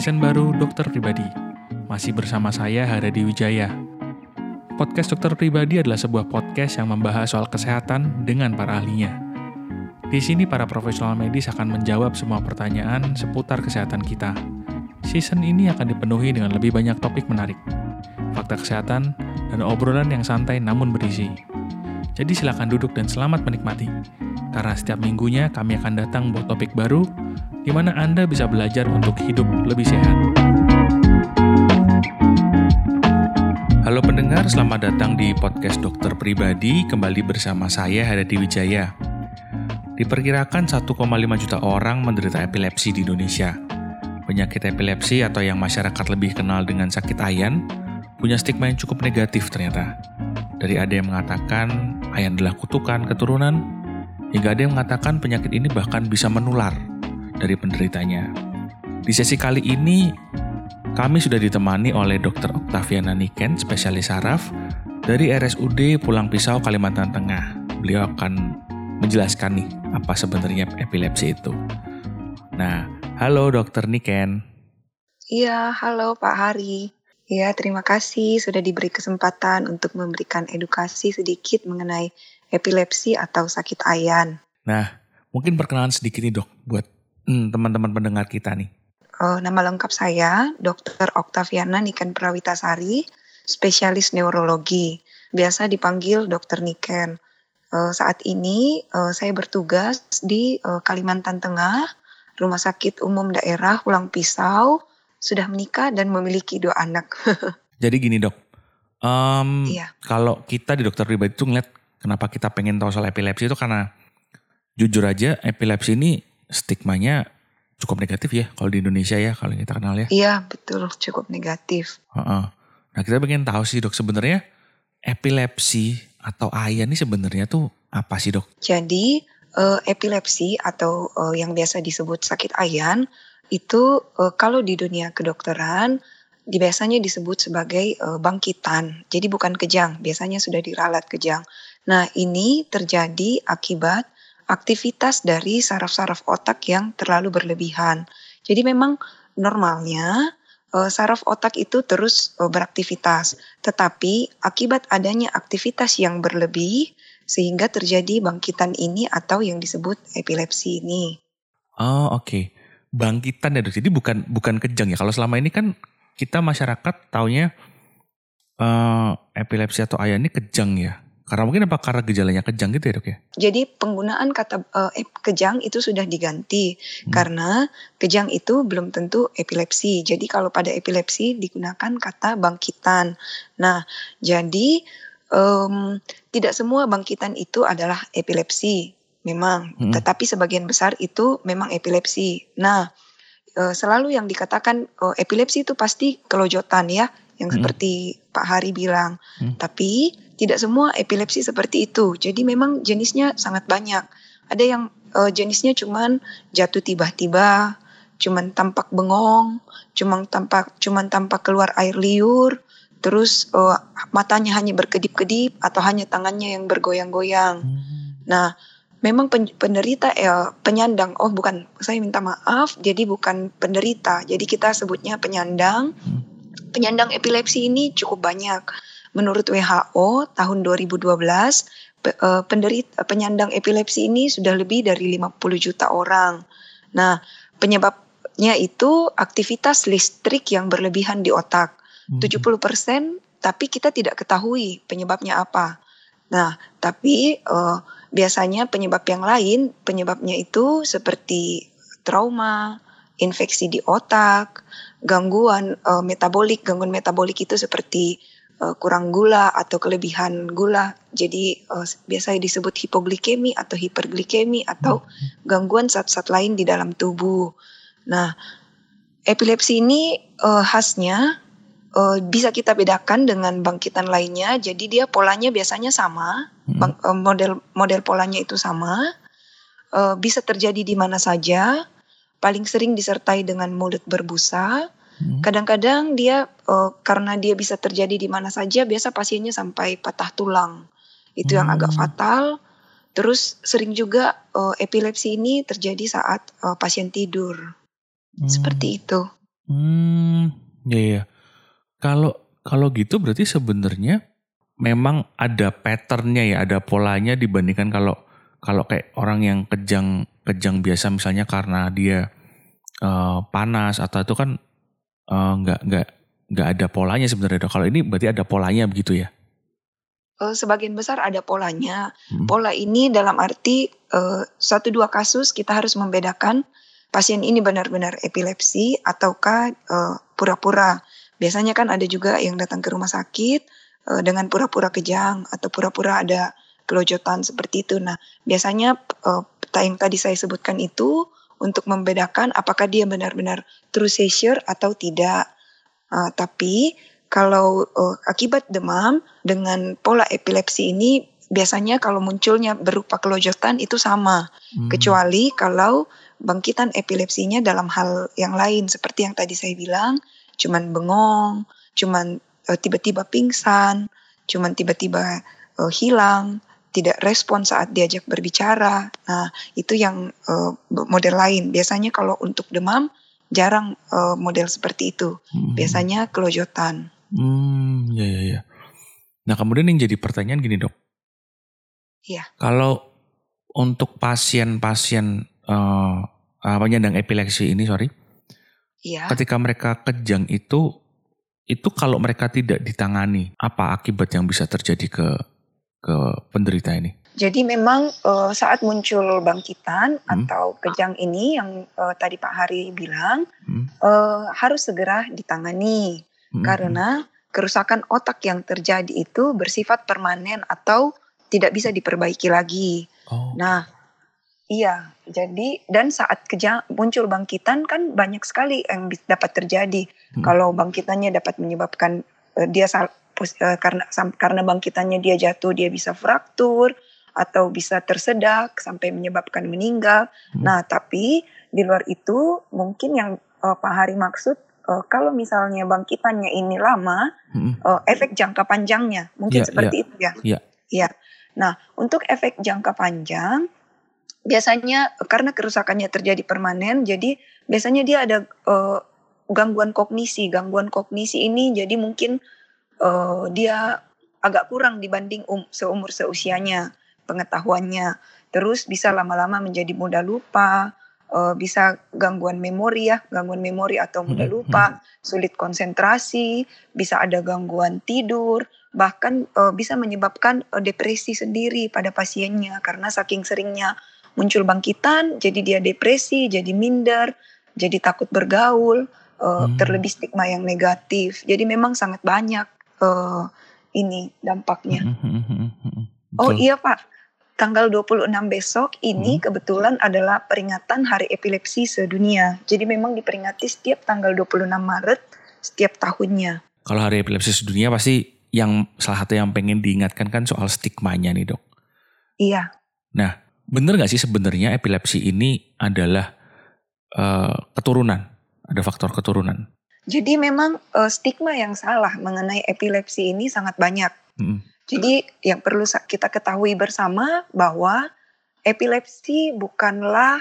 season baru Dokter Pribadi. Masih bersama saya Haradi Wijaya. Podcast Dokter Pribadi adalah sebuah podcast yang membahas soal kesehatan dengan para ahlinya. Di sini para profesional medis akan menjawab semua pertanyaan seputar kesehatan kita. Season ini akan dipenuhi dengan lebih banyak topik menarik, fakta kesehatan, dan obrolan yang santai namun berisi. Jadi silakan duduk dan selamat menikmati. Karena setiap minggunya kami akan datang buat topik baru, di mana Anda bisa belajar untuk hidup lebih sehat. Halo pendengar, selamat datang di podcast Dokter Pribadi, kembali bersama saya Haradi Wijaya. Diperkirakan 1,5 juta orang menderita epilepsi di Indonesia. Penyakit epilepsi atau yang masyarakat lebih kenal dengan sakit ayan, punya stigma yang cukup negatif ternyata. Dari ada yang mengatakan ayan adalah kutukan keturunan, hingga ada yang mengatakan penyakit ini bahkan bisa menular dari penderitanya. Di sesi kali ini, kami sudah ditemani oleh Dr. Octaviana Niken, spesialis saraf dari RSUD Pulang Pisau, Kalimantan Tengah. Beliau akan menjelaskan nih apa sebenarnya epilepsi itu. Nah, halo Dr. Niken. Iya, halo Pak Hari. Ya, terima kasih sudah diberi kesempatan untuk memberikan edukasi sedikit mengenai epilepsi atau sakit ayan. Nah, mungkin perkenalan sedikit nih dok, buat teman-teman pendengar kita nih. Nama lengkap saya, Dr. Octaviana Niken Prawitasari, spesialis neurologi. Biasa dipanggil Dr. Niken. Saat ini saya bertugas di Kalimantan Tengah, Rumah Sakit Umum Daerah Pulang Pisau, sudah menikah dan memiliki 2 anak. Jadi gini dok, Iya. kalau kita di dokter pribadi tuh ngeliat kenapa kita pengen tahu soal epilepsi itu karena jujur aja epilepsi ini stigmanya cukup negatif ya kalau di Indonesia ya, kalau kita kenal ya. Iya, betul, cukup negatif. Nah kita pengen tahu sih dok, sebenarnya epilepsi atau ayan ini sebenarnya tuh apa sih dok? Jadi epilepsi atau yang biasa disebut sakit ayan itu kalau di dunia kedokteran biasanya disebut sebagai bangkitan. Jadi bukan kejang, biasanya sudah diralat kejang. Nah, ini terjadi akibat aktivitas dari saraf-saraf otak yang terlalu berlebihan. Jadi memang normalnya saraf otak itu terus beraktivitas, tetapi akibat adanya aktivitas yang berlebih sehingga terjadi bangkitan ini atau yang disebut epilepsi ini. Oh oke. Bangkitan ya dok, jadi bukan kejang ya. Kalau selama ini kan kita masyarakat taunya epilepsi atau ayan ini kejang ya. Karena mungkin karena gejalanya kejang gitu ya dok ya? Jadi penggunaan kata kejang itu sudah diganti karena kejang itu belum tentu epilepsi. Jadi kalau pada epilepsi digunakan kata bangkitan. Nah, jadi tidak semua bangkitan itu adalah epilepsi, memang. Tetapi sebagian besar itu memang epilepsi. Nah, selalu yang dikatakan epilepsi itu pasti kelojotan ya, yang seperti Pak Hari bilang. Tapi tidak semua epilepsi seperti itu. Jadi memang jenisnya sangat banyak. Ada yang jenisnya cuman jatuh tiba-tiba, cuman tampak bengong, cuman tampak keluar air liur, terus matanya hanya berkedip-kedip atau hanya tangannya yang bergoyang-goyang. Nah, memang penderita penyandang, saya minta maaf, jadi bukan penderita, jadi kita sebutnya penyandang. Penyandang epilepsi ini cukup banyak. Menurut WHO tahun 2012, penyandang epilepsi ini sudah lebih dari 50 juta orang. Nah, penyebabnya itu aktivitas listrik yang berlebihan di otak. 70%, tapi kita tidak ketahui penyebabnya apa. Nah, tapi biasanya penyebabnya itu seperti trauma, infeksi di otak, gangguan metabolik itu seperti kurang gula atau kelebihan gula. Jadi biasa disebut hipoglikemi atau hiperglikemi atau gangguan zat-zat lain di dalam tubuh. Nah, epilepsi ini khasnya bisa kita bedakan dengan bangkitan lainnya. Jadi dia polanya biasanya sama, model polanya itu sama, bisa terjadi di mana saja, paling sering disertai dengan mulut berbusa. Kadang-kadang dia karena dia bisa terjadi di mana saja, biasa pasiennya sampai patah tulang. Itu yang agak fatal. Terus sering juga epilepsi ini terjadi saat pasien tidur. Seperti itu. Ya ya. Kalau kalau gitu berarti sebenarnya memang ada patternnya ya, ada polanya dibandingkan kalau kalau kayak orang yang kejang kejang biasa misalnya karena dia panas atau itu kan nggak ada polanya sebenarnya Dok. Kalau ini berarti ada polanya begitu ya? Sebagian besar ada polanya. Hmm. Pola ini dalam arti 1-2 kasus kita harus membedakan pasien ini benar-benar epilepsi ataukah pura-pura. Biasanya kan ada juga yang datang ke rumah sakit dengan pura-pura kejang atau pura-pura ada kelojotan seperti itu. Nah, biasanya yang tadi saya sebutkan itu untuk membedakan apakah dia benar-benar true seizure atau tidak. Tapi kalau akibat demam dengan pola epilepsi ini biasanya kalau munculnya berupa kelojotan itu sama. Kecuali kalau bangkitan epilepsinya dalam hal yang lain seperti yang tadi saya bilang, cuman bengong, cuman tiba-tiba pingsan, cuman tiba-tiba hilang, tidak respon saat diajak berbicara. Nah, itu yang model lain. Biasanya kalau untuk demam jarang model seperti itu. Biasanya kelojotan. Ya ya ya. Nah kemudian yang jadi pertanyaan gini Dok. Iya. Kalau untuk pasien-pasien penyandang epilepsi ini, Iya. ketika mereka kejang itu kalau mereka tidak ditangani, apa akibat yang bisa terjadi ke penderita ini? Jadi memang saat muncul bangkitan atau kejang ini yang tadi Pak Hari bilang harus segera ditangani karena kerusakan otak yang terjadi itu bersifat permanen atau tidak bisa diperbaiki lagi. Nah, iya, jadi dan saat muncul bangkitan kan banyak sekali yang dapat terjadi. Kalau bangkitannya dapat menyebabkan karena bangkitannya dia jatuh, dia bisa fraktur atau bisa tersedak sampai menyebabkan meninggal. Nah, tapi di luar itu mungkin yang Pak Hari maksud kalau misalnya bangkitannya ini lama, efek jangka panjangnya mungkin seperti itu ya. Iya. Nah, untuk efek jangka panjang biasanya karena kerusakannya terjadi permanen, jadi biasanya dia ada gangguan kognisi. Gangguan kognisi ini jadi mungkin dia agak kurang dibanding seumur seusianya pengetahuannya. Terus bisa lama-lama menjadi mudah lupa, bisa gangguan memori atau mudah lupa, sulit konsentrasi, bisa ada gangguan tidur, bahkan bisa menyebabkan depresi sendiri pada pasiennya karena saking seringnya muncul bangkitan, jadi dia depresi, jadi minder, jadi takut bergaul, terlebih stigma yang negatif. Jadi memang sangat banyak ini dampaknya. Oh iya Pak, tanggal 26 besok ini kebetulan adalah peringatan Hari Epilepsi Sedunia. Jadi memang diperingati setiap tanggal 26 Maret setiap tahunnya. Kalau Hari Epilepsi Sedunia pasti yang salah satu yang pengen diingatkan kan soal stigmanya nih Dok. Iya. Nah, bener gak sih sebenarnya epilepsi ini adalah keturunan? Ada faktor keturunan? Jadi memang stigma yang salah mengenai epilepsi ini sangat banyak. Jadi yang perlu kita ketahui bersama bahwa epilepsi bukanlah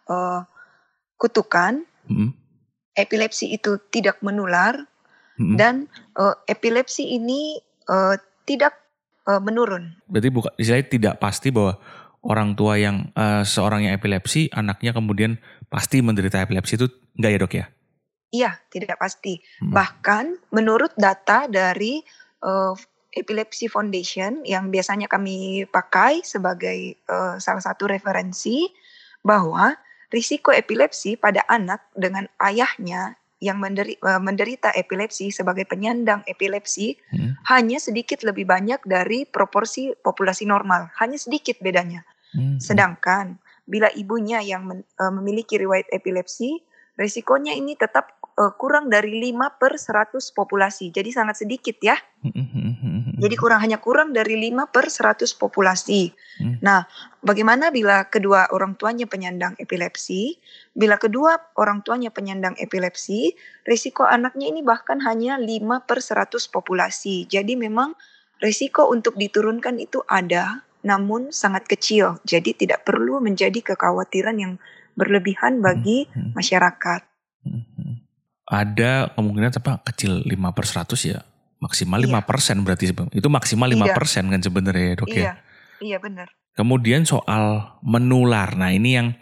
kutukan. Epilepsi itu tidak menular dan epilepsi ini tidak menurun. Berarti istilahnya tidak pasti bahwa orang tua yang seorang yang epilepsi, anaknya kemudian pasti menderita epilepsi, itu enggak ya Dok ya? Iya, tidak pasti. Bahkan menurut data dari Epilepsy Foundation yang biasanya kami pakai sebagai salah satu referensi, bahwa risiko epilepsi pada anak dengan ayahnya yang menderita epilepsi sebagai penyandang epilepsi hanya sedikit lebih banyak dari proporsi populasi normal, hanya sedikit bedanya. Sedangkan bila ibunya yang memiliki riwayat epilepsi, risikonya ini tetap kurang dari 5/100 populasi. Jadi sangat sedikit ya. Jadi hanya kurang dari 5/100 populasi. Nah, bagaimana bila kedua orang tuanya penyandang epilepsi? Bila kedua orang tuanya penyandang epilepsi, risiko anaknya ini bahkan hanya 5/100 populasi. Jadi memang risiko untuk diturunkan itu ada, namun sangat kecil. Jadi tidak perlu menjadi kekhawatiran yang berlebihan bagi masyarakat. ada kemungkinan kecil 5/100 ya. Maksimal 5% berarti itu maksimal 5% kan sebenarnya ya, Dok ya. Iya benar. Kemudian soal menular. Nah, ini yang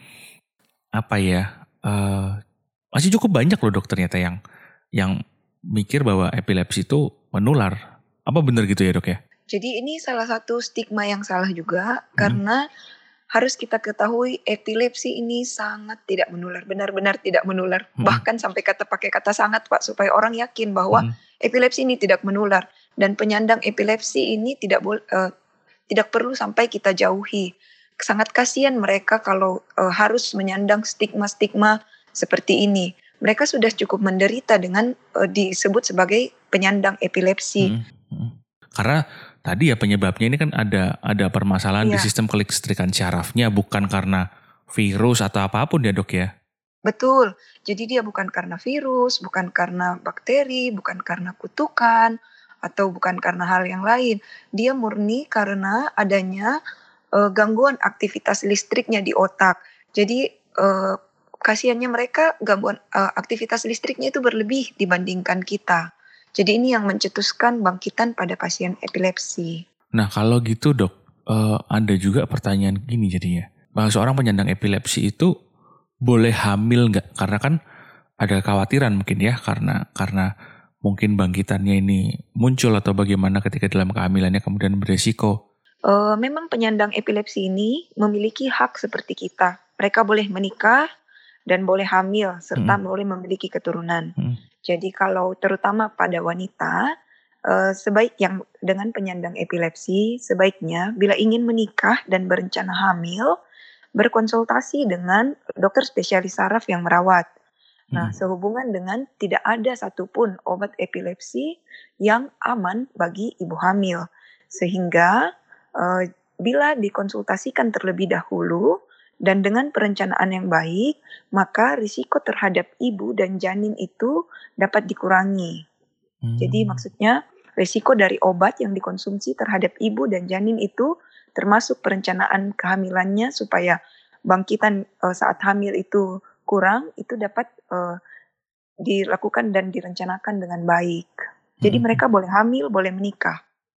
masih cukup banyak loh dok ternyata yang mikir bahwa epilepsi itu menular. Apa benar gitu ya, Dok ya? Jadi ini salah satu stigma yang salah juga karena harus kita ketahui epilepsi ini sangat tidak menular, benar-benar tidak menular. Bahkan sampai pakai kata sangat Pak, supaya orang yakin bahwa epilepsi ini tidak menular dan penyandang epilepsi ini tidak perlu sampai kita jauhi. Sangat kasihan mereka kalau harus menyandang stigma-stigma seperti ini. Mereka sudah cukup menderita dengan disebut sebagai penyandang epilepsi. Karena tadi ya penyebabnya ini kan ada permasalahan di sistem kelistrikan syarafnya, bukan karena virus atau apapun ya, Dok ya? Betul. Jadi dia bukan karena virus, bukan karena bakteri, bukan karena kutukan, atau bukan karena hal yang lain. Dia murni karena adanya gangguan aktivitas listriknya di otak. Jadi kasihannya mereka gangguan aktivitas listriknya itu berlebih dibandingkan kita. Jadi ini yang mencetuskan bangkitan pada pasien epilepsi. Nah kalau gitu dok, ada juga pertanyaan gini jadinya. Bahwa seorang penyandang epilepsi itu boleh hamil nggak? Karena kan ada kekhawatiran mungkin ya, karena mungkin bangkitannya ini muncul atau bagaimana ketika dalam kehamilannya kemudian beresiko. Memang penyandang epilepsi ini memiliki hak seperti kita. Mereka boleh menikah dan boleh hamil serta boleh memiliki keturunan. Jadi kalau terutama pada wanita, sebaik yang dengan penyandang epilepsi, sebaiknya bila ingin menikah dan berencana hamil, berkonsultasi dengan dokter spesialis saraf yang merawat. Nah, sehubungan dengan tidak ada satupun obat epilepsi yang aman bagi ibu hamil. Sehingga bila dikonsultasikan terlebih dahulu, dan dengan perencanaan yang baik, maka risiko terhadap ibu dan janin itu dapat dikurangi. Jadi maksudnya risiko dari obat yang dikonsumsi terhadap ibu dan janin itu termasuk perencanaan kehamilannya supaya bangkitan saat hamil itu kurang, itu dapat dilakukan dan direncanakan dengan baik. Jadi mereka boleh hamil, boleh menikah.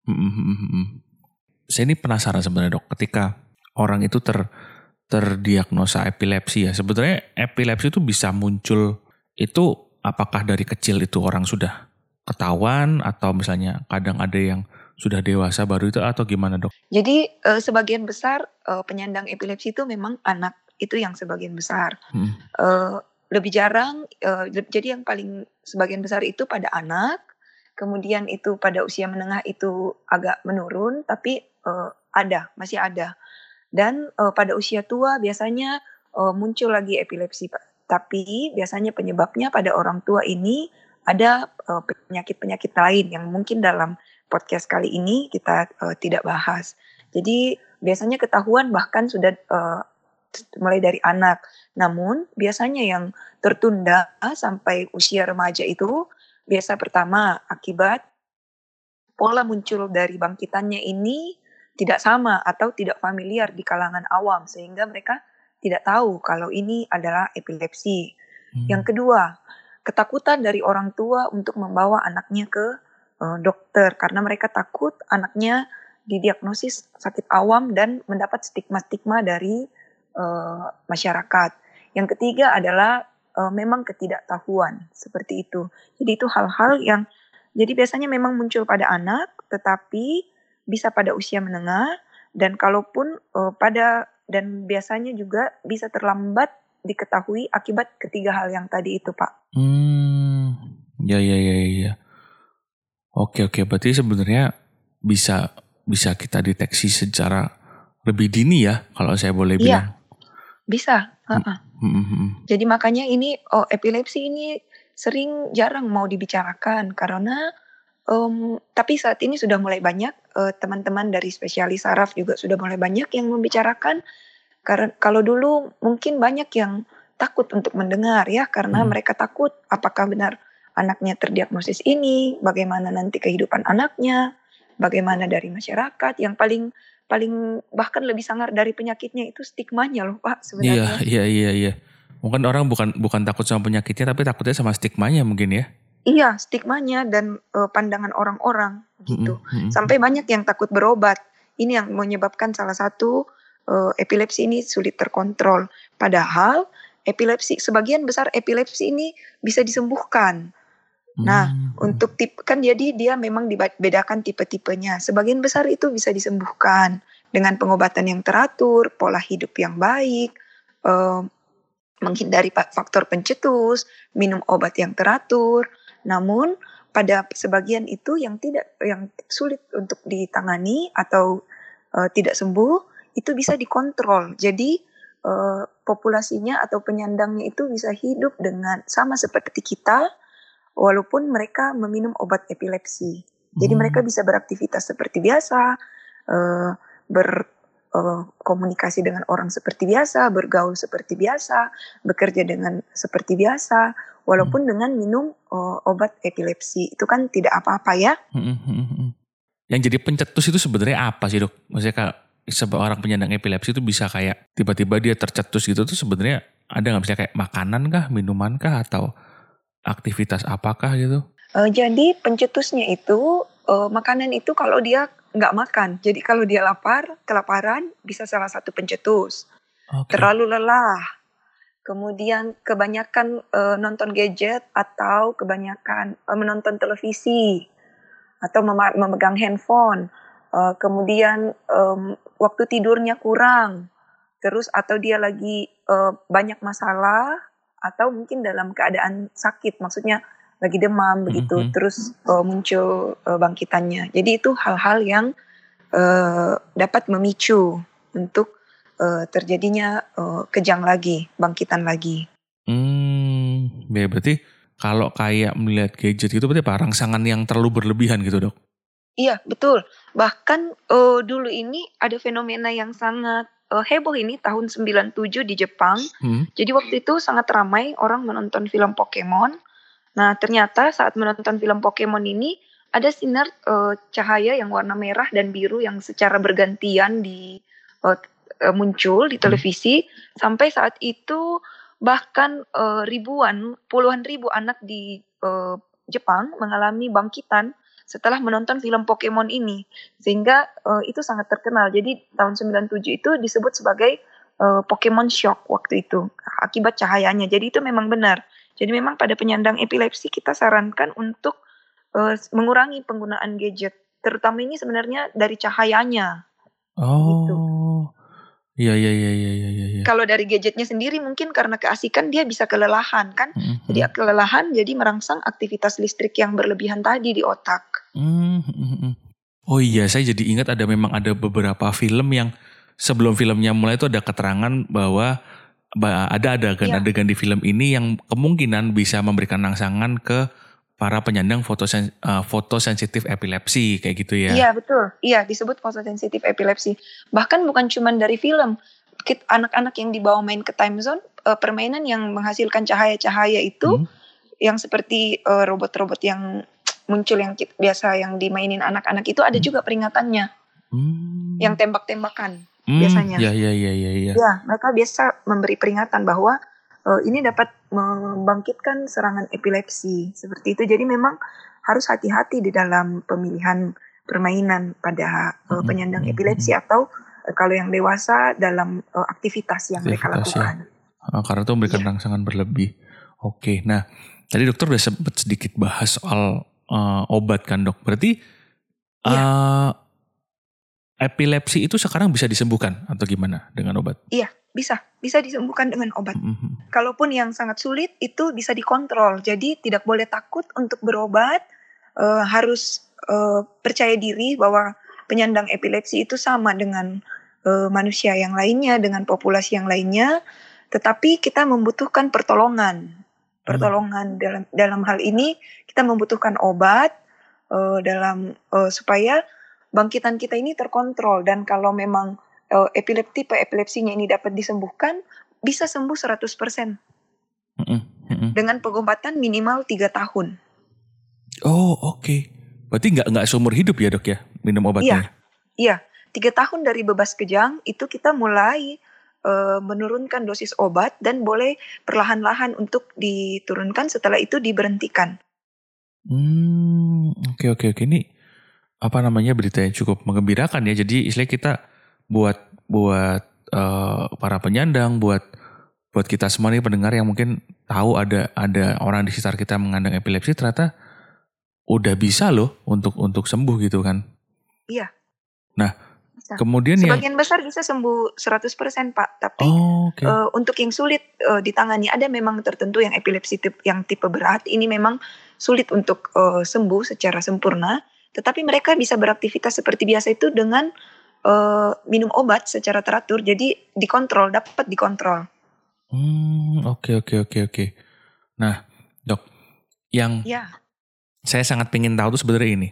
Saya ini penasaran sebenarnya dok, ketika orang itu terdiagnosa epilepsi ya. Sebenarnya epilepsi itu bisa muncul itu apakah dari kecil itu orang sudah ketahuan atau misalnya kadang ada yang sudah dewasa baru itu atau gimana dok? Jadi sebagian besar penyandang epilepsi itu memang anak, itu yang sebagian besar. Lebih jarang, jadi yang paling sebagian besar itu pada anak, kemudian itu pada usia menengah itu agak menurun, tapi masih ada. Dan pada usia tua biasanya muncul lagi epilepsi, Pak. Tapi biasanya penyebabnya pada orang tua ini ada penyakit-penyakit lain yang mungkin dalam podcast kali ini kita tidak bahas. Jadi biasanya ketahuan bahkan sudah mulai dari anak. Namun biasanya yang tertunda sampai usia remaja itu biasa pertama akibat pola muncul dari bangkitannya ini tidak sama atau tidak familiar di kalangan awam sehingga mereka tidak tahu kalau ini adalah epilepsi. Yang kedua, ketakutan dari orang tua untuk membawa anaknya ke dokter karena mereka takut anaknya didiagnosis sakit awam dan mendapat stigma-stigma dari masyarakat. Yang ketiga adalah memang ketidaktahuan seperti itu. Jadi itu hal-hal yang jadi biasanya memang muncul pada anak tetapi bisa pada usia menengah dan kalaupun dan biasanya juga bisa terlambat diketahui akibat ketiga hal yang tadi itu Pak. Ya. Oke, berarti sebenarnya bisa kita deteksi secara lebih dini ya kalau saya boleh bilang. Bisa. Jadi makanya ini epilepsi ini jarang mau dibicarakan karena tapi saat ini sudah mulai banyak teman-teman dari spesialis saraf juga sudah mulai banyak yang membicarakan. Karena kalau dulu mungkin banyak yang takut untuk mendengar ya karena mereka takut apakah benar anaknya terdiagnosis ini, bagaimana nanti kehidupan anaknya, bagaimana dari masyarakat. Yang paling bahkan lebih sangar dari penyakitnya itu stigmanya loh Pak sebenarnya. Iya. Mungkin orang bukan takut sama penyakitnya, tapi takutnya sama stigmanya mungkin ya. Iya, stigmanya dan pandangan orang-orang gitu. Mm-mm. Sampai banyak yang takut berobat. Ini yang menyebabkan salah satu epilepsi ini sulit terkontrol. Padahal sebagian besar epilepsi ini bisa disembuhkan. Nah, untuk tipe kan jadi dia memang dibedakan tipe-tipenya. Sebagian besar itu bisa disembuhkan dengan pengobatan yang teratur, pola hidup yang baik, menghindari faktor pencetus, minum obat yang teratur. Namun pada sebagian itu yang sulit untuk ditangani atau tidak sembuh, itu bisa dikontrol. Jadi populasinya atau penyandangnya itu bisa hidup dengan sama seperti kita, walaupun mereka meminum obat epilepsi. Jadi mereka bisa beraktivitas seperti biasa, berkomunikasi dengan orang seperti biasa, bergaul seperti biasa, bekerja dengan seperti biasa, walaupun dengan minum obat epilepsi. Itu kan tidak apa-apa ya. Yang jadi pencetus itu sebenarnya apa sih, Dok? Maksudnya Kak, seorang penyandang epilepsi itu bisa kayak tiba-tiba dia tercetus gitu tuh sebenarnya ada nggak, misalnya kayak makanan kah, minuman kah, atau aktivitas apakah gitu? Jadi pencetusnya itu makanan itu kalau dia nggak makan. Jadi kalau dia kelaparan bisa salah satu pencetus. Okay. Terlalu lelah, kemudian kebanyakan nonton gadget atau kebanyakan menonton televisi atau memegang handphone. Kemudian waktu tidurnya kurang, terus atau dia lagi banyak masalah, atau mungkin dalam keadaan sakit, maksudnya lagi demam begitu, terus muncul bangkitannya. Jadi itu hal-hal yang dapat memicu untuk terjadinya kejang lagi, bangkitan lagi. Ya berarti kalau kayak melihat gadget itu berarti apa? Rangsangan yang terlalu berlebihan gitu, Dok? Iya, betul. Bahkan dulu ini ada fenomena yang sangat heboh ini tahun 97 di Jepang. Jadi waktu itu sangat ramai orang menonton film Pokemon. Nah, ternyata saat menonton film Pokemon ini ada sinar cahaya yang warna merah dan biru yang secara bergantian muncul di televisi. Sampai saat itu bahkan puluhan ribu anak di Jepang mengalami bangkitan setelah menonton film Pokemon ini, sehingga itu sangat terkenal. Jadi tahun 97 itu disebut sebagai Pokemon shock waktu itu akibat cahayanya. Jadi itu memang benar. Jadi memang pada penyandang epilepsi kita sarankan untuk mengurangi penggunaan gadget, terutama ini sebenarnya dari cahayanya. Gitu. Iya. Kalau dari gadgetnya sendiri mungkin karena keasikan dia bisa kelelahan kan. Jadi kelelahan jadi merangsang aktivitas listrik yang berlebihan tadi di otak. Oh iya, saya jadi ingat memang ada beberapa film yang sebelum filmnya mulai itu ada keterangan bahwa ada adegan di film ini yang kemungkinan bisa memberikan rangsangan ke para penyandang fotosensitif epilepsi kayak gitu ya. Iya betul, iya disebut fotosensitif epilepsi. Bahkan bukan cuma dari film, anak-anak yang dibawa main ke time zone, permainan yang menghasilkan cahaya-cahaya itu, yang seperti robot-robot yang muncul yang biasa yang dimainin anak-anak itu ada juga peringatannya, yang tembak-tembakan biasanya. Iya. Ya, mereka biasa memberi peringatan bahwa ini dapat membangkitkan serangan epilepsi seperti itu. Jadi memang harus hati-hati di dalam pemilihan permainan pada penyandang epilepsi atau kalau yang dewasa dalam aktivitas yang mereka lakukan. Karena itu memberikan rangsangan berlebih. Oke, nah tadi dokter udah sempat sedikit bahas soal obat kan dok. Berarti epilepsi itu sekarang bisa disembuhkan atau gimana dengan obat? Iya, bisa disembuhkan dengan obat. Kalaupun yang sangat sulit itu bisa dikontrol. Jadi tidak boleh takut untuk berobat, harus percaya diri bahwa penyandang epilepsi itu sama dengan manusia yang lainnya, dengan populasi yang lainnya. Tetapi kita membutuhkan pertolongan dalam hal ini kita membutuhkan obat supaya bangkitan kita ini terkontrol, dan kalau memang epilepsinya ini dapat disembuhkan, bisa sembuh 100%. Dengan pengobatan minimal 3 tahun. Oh, oke. Berarti nggak seumur hidup ya dok ya minum obatnya? Iya. 3 tahun dari bebas kejang itu kita mulai menurunkan dosis obat dan boleh perlahan-lahan untuk diturunkan, setelah itu diberhentikan. Oke. Ini apa namanya, berita yang cukup menggembirakan ya. Jadi istilahnya kita buat para penyandang, buat kita semua nih pendengar yang mungkin tahu ada orang di sekitar kita mengandung epilepsi, ternyata udah bisa loh untuk sembuh gitu kan. Iya. Nah, bisa. Kemudian sebagian besar bisa sembuh 100% Pak, tapi untuk yang sulit ditangani, ada memang tertentu yang epilepsi yang tipe berat, ini memang sulit untuk sembuh secara sempurna, tetapi mereka bisa beraktivitas seperti biasa itu dengan minum obat secara teratur, jadi dapat dikontrol. Oke. Nah, Dok, yang saya sangat pengen tahu tuh sebenarnya ini,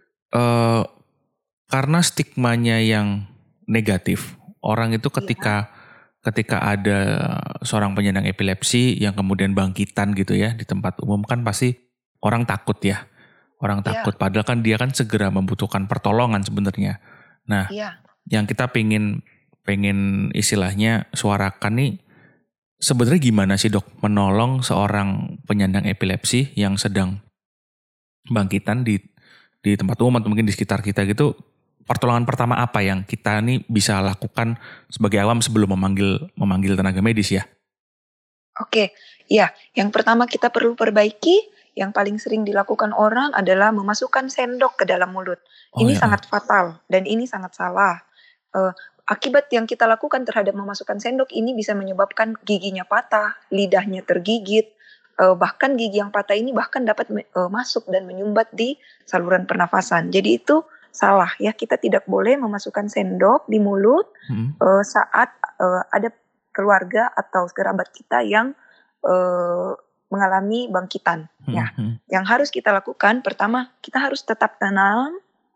karena stigmanya yang negatif, orang itu ketika ada seorang penyandang epilepsi yang kemudian bangkitan gitu ya di tempat umum, kan pasti orang takut ya. Orang takut, padahal kan dia kan segera membutuhkan pertolongan sebenarnya. Nah, yang kita pengen istilahnya suarakan nih, sebenarnya gimana sih Dok menolong seorang penyandang epilepsi yang sedang bangkitan di tempat umum atau mungkin di sekitar kita gitu? Pertolongan pertama apa yang kita nih bisa lakukan sebagai awam sebelum memanggil tenaga medis ya? Oke, ya, yang pertama kita perlu perbaiki. Yang paling sering dilakukan orang adalah memasukkan sendok ke dalam mulut. Ini sangat fatal dan ini sangat salah. Akibat yang kita lakukan terhadap memasukkan sendok ini bisa menyebabkan giginya patah, lidahnya tergigit, bahkan gigi yang patah ini bahkan dapat masuk dan menyumbat di saluran pernafasan. Jadi itu salah ya, kita tidak boleh memasukkan sendok di mulut saat ada keluarga atau kerabat kita yang mengalami bangkitan. Ya, yang harus kita lakukan pertama, kita harus tetap tenang,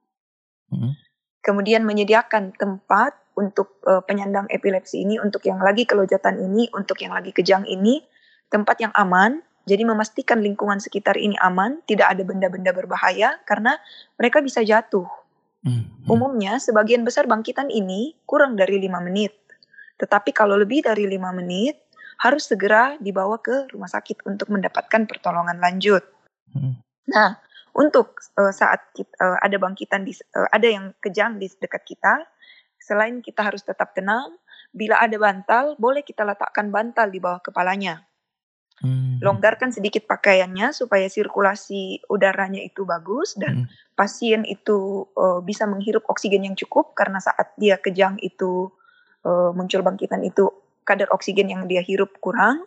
kemudian menyediakan tempat untuk penyandang epilepsi ini, untuk yang lagi kelojatan ini, untuk yang lagi kejang ini, tempat yang aman. Jadi memastikan lingkungan sekitar ini aman, tidak ada benda-benda berbahaya karena mereka bisa jatuh. Umumnya sebagian besar bangkitan ini kurang dari 5 menit. Tetapi kalau lebih dari 5 menit, harus segera dibawa ke rumah sakit untuk mendapatkan pertolongan lanjut. Nah, untuk saat ada bangkitan, ada yang kejang di dekat kita, selain kita harus tetap tenang, bila ada bantal, boleh kita letakkan bantal di bawah kepalanya. Longgarkan sedikit pakaiannya supaya sirkulasi udaranya itu bagus dan pasien itu bisa menghirup oksigen yang cukup, karena saat dia kejang itu muncul bangkitan itu kadar oksigen yang dia hirup kurang.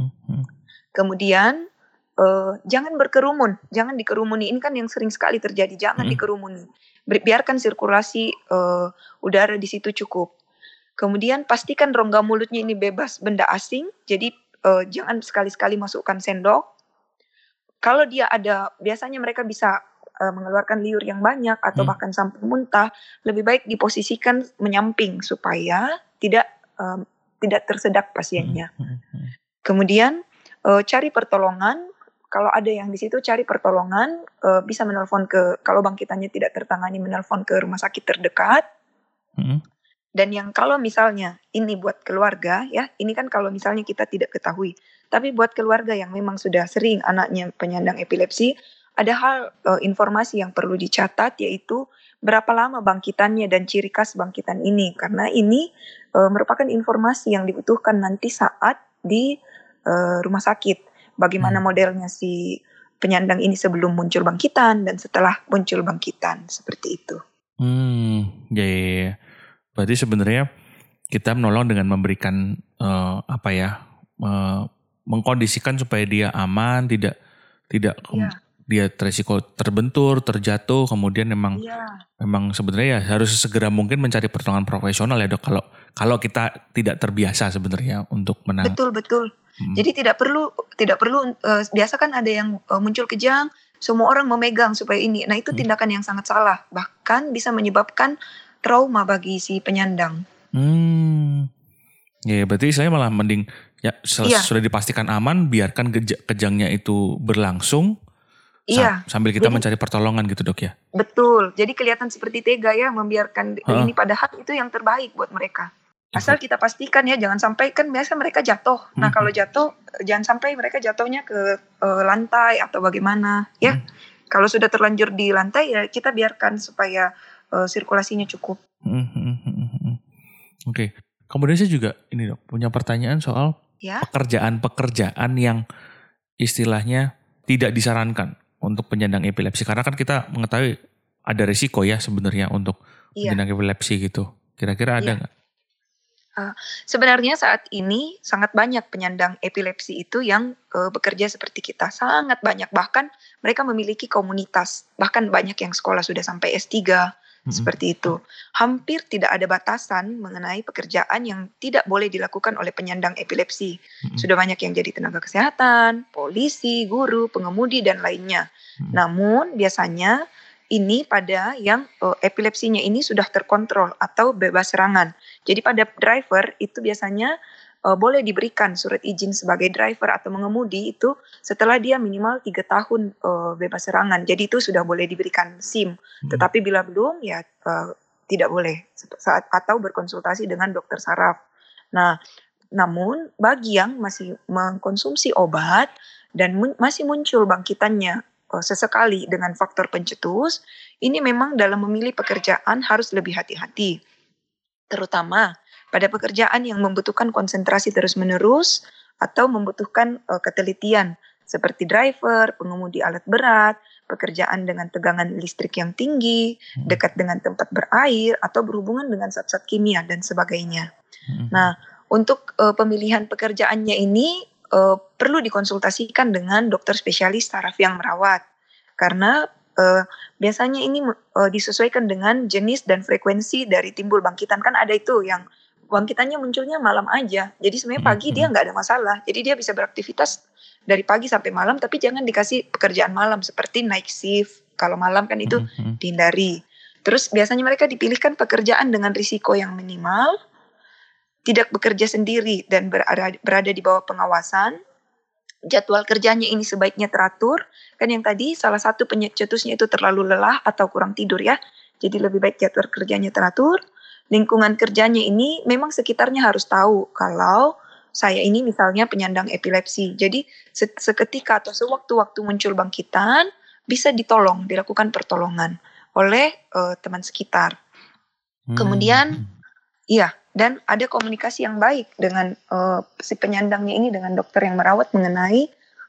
Kemudian jangan berkerumun, jangan dikerumuni. Ini kan yang sering sekali terjadi, jangan dikerumuni. Biarkan sirkulasi udara di situ cukup. Kemudian pastikan rongga mulutnya ini bebas benda asing, jadi jangan sekali-sekali masukkan sendok. Kalau dia ada, biasanya mereka bisa mengeluarkan liur yang banyak atau bahkan sampai muntah, lebih baik diposisikan menyamping supaya tidak tersedak pasiennya. Kemudian cari pertolongan. Kalau ada yang di situ, cari pertolongan. Bisa menelpon kalau bangkitannya tidak tertangani, menelpon ke rumah sakit terdekat. Dan yang kalau misalnya ini buat keluarga ya, ini kan kalau misalnya kita tidak ketahui. Tapi buat keluarga yang memang sudah sering anaknya penyandang epilepsi, ada hal informasi yang perlu dicatat, yaitu berapa lama bangkitannya dan ciri khas bangkitan ini. Karena ini merupakan informasi yang dibutuhkan nanti saat di rumah sakit. Bagaimana modelnya si penyandang ini sebelum muncul bangkitan dan setelah muncul bangkitan, seperti itu. Ya. Berarti sebenarnya kita menolong dengan memberikan mengkondisikan supaya dia aman, tidak dia resiko terbentur, terjatuh, kemudian memang sebenarnya ya harus segera mungkin mencari pertolongan profesional ya Dok, kalau kita tidak terbiasa sebenarnya untuk menang. Betul. Jadi tidak perlu biasa kan ada yang muncul kejang, semua orang memegang supaya ini. Nah, itu tindakan yang sangat salah, bahkan bisa menyebabkan trauma bagi si penyandang. Ya, berarti saya malah mending sudah dipastikan aman, biarkan kejangnya itu berlangsung. Sambil kita mencari pertolongan gitu Dok ya. Betul. Jadi kelihatan seperti tega ya membiarkan ini, padahal itu yang terbaik buat mereka. Asal kita pastikan ya, jangan sampai, kan biasa mereka jatuh. Nah kalau jatuh, jangan sampai mereka jatuhnya ke lantai atau bagaimana ya. Kalau sudah terlanjur di lantai ya kita biarkan supaya sirkulasinya cukup. Oke. Kemudian saya juga ini dok punya pertanyaan soal pekerjaan-pekerjaan yang istilahnya tidak disarankan untuk penyandang epilepsi. Karena kan kita mengetahui ada risiko ya sebenarnya untuk penyandang epilepsi gitu. Kira-kira ada nggak? Sebenarnya saat ini sangat banyak penyandang epilepsi itu yang bekerja seperti kita. Sangat banyak. Bahkan mereka memiliki komunitas. Bahkan banyak yang sekolah sudah sampai S3. Seperti itu. Hampir tidak ada batasan mengenai pekerjaan yang tidak boleh dilakukan oleh penyandang epilepsi. Sudah banyak yang jadi tenaga kesehatan, polisi, guru, pengemudi, dan lainnya. Namun biasanya ini pada yang epilepsinya ini sudah terkontrol atau bebas serangan. Jadi pada driver itu biasanya boleh diberikan surat izin sebagai driver atau mengemudi itu setelah dia minimal 3 tahun bebas serangan. Jadi itu sudah boleh diberikan SIM. Tetapi bila belum ya tidak boleh atau berkonsultasi dengan dokter saraf. Nah, namun bagi yang masih mengkonsumsi obat dan masih muncul bangkitannya sesekali dengan faktor pencetus, ini memang dalam memilih pekerjaan harus lebih hati-hati. Terutama pada pekerjaan yang membutuhkan konsentrasi terus-menerus atau membutuhkan ketelitian seperti driver, pengemudi alat berat, pekerjaan dengan tegangan listrik yang tinggi, dekat dengan tempat berair atau berhubungan dengan zat-zat kimia dan sebagainya. Nah, untuk pemilihan pekerjaannya ini perlu dikonsultasikan dengan dokter spesialis saraf yang merawat karena biasanya ini disesuaikan dengan jenis dan frekuensi dari timbul bangkitan. Kan ada itu yang bangkitannya munculnya malam aja. Jadi sebenarnya pagi dia nggak ada masalah. Jadi dia bisa beraktivitas dari pagi sampai malam, tapi jangan dikasih pekerjaan malam seperti night shift. Kalau malam kan itu dihindari. Terus biasanya mereka dipilihkan pekerjaan dengan risiko yang minimal, tidak bekerja sendiri dan berada di bawah pengawasan. Jadwal kerjanya ini sebaiknya teratur. Kan yang tadi salah satu pencetusnya itu terlalu lelah atau kurang tidur ya. Jadi lebih baik jadwal kerjanya teratur. Lingkungan kerjanya ini memang sekitarnya harus tahu kalau saya ini misalnya penyandang epilepsi. Jadi seketika atau sewaktu-waktu muncul bangkitan bisa ditolong, dilakukan pertolongan oleh teman sekitar. Kemudian dan ada komunikasi yang baik dengan si penyandangnya ini dengan dokter yang merawat mengenai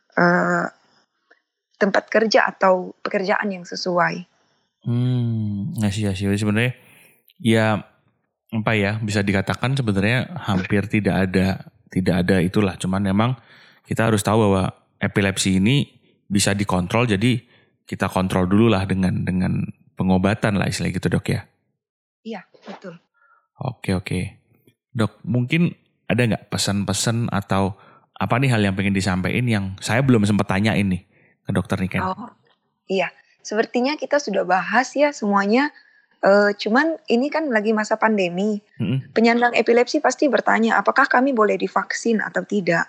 tempat kerja atau pekerjaan yang sesuai. Ngasih sebenarnya ya apa ya bisa dikatakan sebenarnya hampir tidak ada itulah, cuman memang kita harus tahu bahwa epilepsi ini bisa dikontrol, jadi kita kontrol dulu lah dengan pengobatan lah istilah gitu dok ya. Iya betul. Oke. Dok, mungkin ada nggak pesan-pesan atau apa nih hal yang pengen disampaikan yang saya belum sempat tanyain nih ke dokter Niken? Iya, sepertinya kita sudah bahas ya semuanya. Cuman ini kan lagi masa pandemi. Penyandang epilepsi pasti bertanya, apakah kami boleh divaksin atau tidak?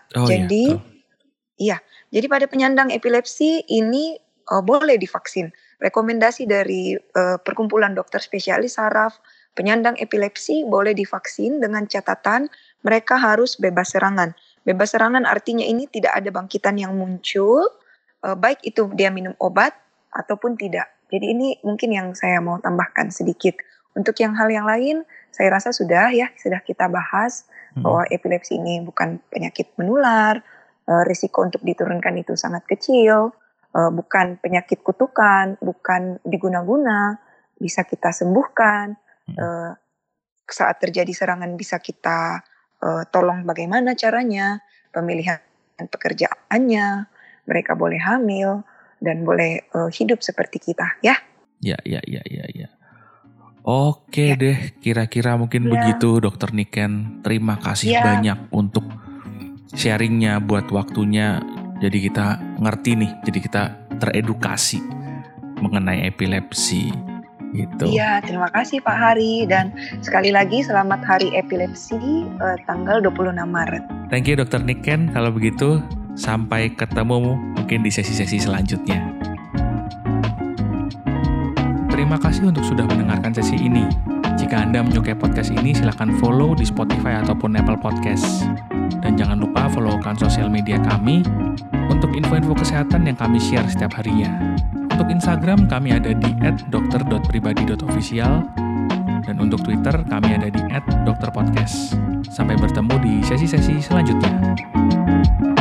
Jadi pada penyandang epilepsi ini boleh divaksin. Rekomendasi dari Perkumpulan Dokter Spesialis Saraf penyandang epilepsi boleh divaksin dengan catatan mereka harus bebas serangan. Bebas serangan artinya ini tidak ada bangkitan yang muncul, baik itu dia minum obat ataupun tidak. Jadi ini mungkin yang saya mau tambahkan sedikit. Untuk yang hal yang lain, saya rasa sudah kita bahas bahwa epilepsi ini bukan penyakit menular, risiko untuk diturunkan itu sangat kecil, bukan penyakit kutukan, bukan diguna-guna, bisa kita sembuhkan. Saat terjadi serangan bisa kita tolong bagaimana caranya, pemilihan pekerjaannya, mereka boleh hamil dan boleh hidup seperti kita ya. Ya. Oke deh, kira-kira mungkin begitu Dokter Niken. Terima kasih banyak untuk sharingnya, buat waktunya. Jadi kita ngerti nih, jadi kita teredukasi mengenai epilepsi gitu. Iya, terima kasih Pak Hari, dan sekali lagi selamat Hari Epilepsi tanggal 26 Maret. Thank you Dokter Niken. Kalau begitu sampai ketemu mungkin di sesi-sesi selanjutnya. Terima kasih untuk sudah mendengarkan sesi ini. Jika Anda menyukai podcast ini, silakan follow di Spotify ataupun Apple Podcast. Dan jangan lupa follow akun sosial media kami untuk info-info kesehatan yang kami share setiap harinya. Untuk Instagram, kami ada di @dokter.pribadi.official. Dan untuk Twitter, kami ada di @dokterpodcast. Sampai bertemu di sesi-sesi selanjutnya.